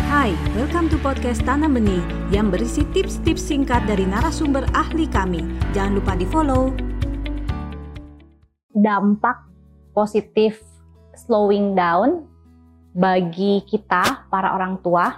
Hai, welcome to podcast Tanam Benih yang berisi tips-tips singkat dari narasumber ahli kami. Jangan lupa di-follow. Dampak positif slowing down bagi kita, para orang tua.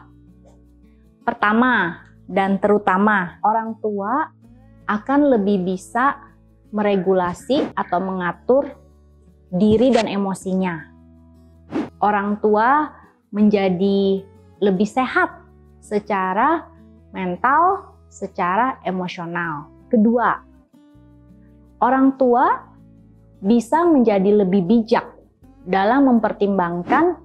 Pertama dan terutama, orang tua akan lebih bisa meregulasi atau mengatur diri dan emosinya. Orang tua menjadi lebih sehat secara mental, secara emosional. Kedua, orang tua bisa menjadi lebih bijak dalam mempertimbangkan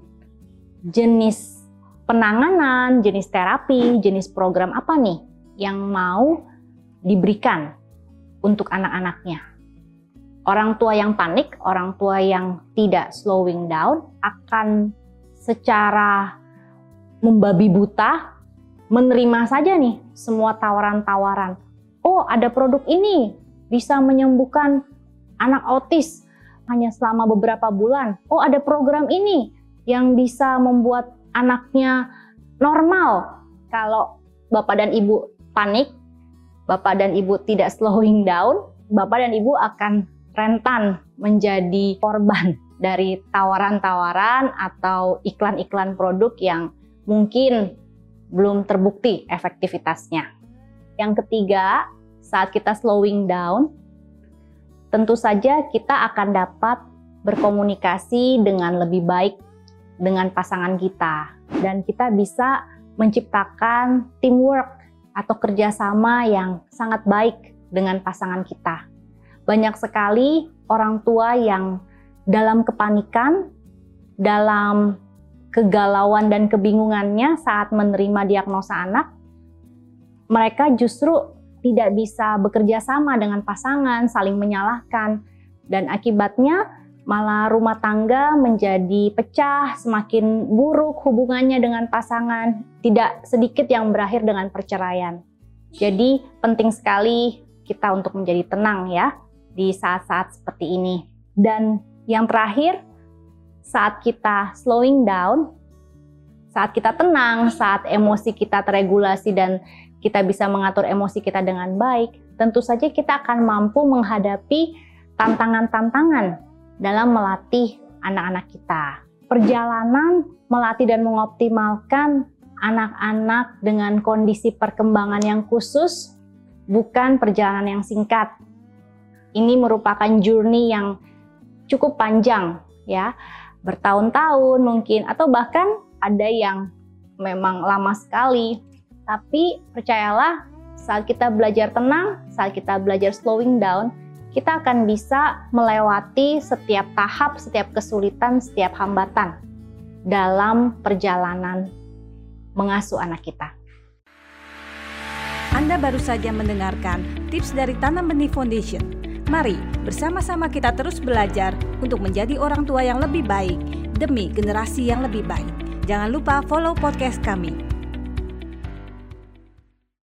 jenis penanganan, jenis terapi, jenis program apa nih yang mau diberikan untuk anak-anaknya. Orang tua yang panik, orang tua yang tidak slowing down akan secara membabi buta menerima saja nih semua tawaran-tawaran. Oh, ada produk ini bisa menyembuhkan anak autis hanya selama beberapa bulan. Oh, ada program ini yang bisa membuat anaknya normal. Kalau Bapak dan Ibu panik, Bapak dan Ibu tidak slowing down, Bapak dan Ibu akan rentan menjadi korban dari tawaran-tawaran atau iklan-iklan produk yang mungkin belum terbukti efektivitasnya. Yang ketiga, saat kita slowing down, tentu saja kita akan dapat berkomunikasi dengan lebih baik dengan pasangan kita. Dan kita bisa menciptakan teamwork atau kerjasama yang sangat baik dengan pasangan kita. Banyak sekali orang tua yang dalam kepanikan, dalam kegalauan dan kebingungannya saat menerima diagnosa anak, mereka justru tidak bisa bekerja sama dengan pasangan, saling menyalahkan, dan akibatnya malah rumah tangga menjadi pecah, semakin buruk hubungannya dengan pasangan, tidak sedikit yang berakhir dengan perceraian. Jadi penting sekali kita untuk menjadi tenang ya di saat-saat seperti ini. Dan yang terakhir, saat kita slowing down, saat kita tenang, saat emosi kita teregulasi dan kita bisa mengatur emosi kita dengan baik, tentu saja kita akan mampu menghadapi tantangan-tantangan dalam melatih anak-anak kita. Perjalanan melatih dan mengoptimalkan anak-anak dengan kondisi perkembangan yang khusus bukan perjalanan yang singkat. Ini merupakan journey yang cukup panjang ya, bertahun-tahun mungkin, atau bahkan ada yang memang lama sekali. Tapi percayalah, saat kita belajar tenang, saat kita belajar slowing down, kita akan bisa melewati setiap tahap, setiap kesulitan, setiap hambatan dalam perjalanan mengasuh anak kita. Anda baru saja mendengarkan tips dari Tanam Benih Foundation. Mari bersama-sama kita terus belajar untuk menjadi orang tua yang lebih baik demi generasi yang lebih baik. Jangan lupa follow podcast kami.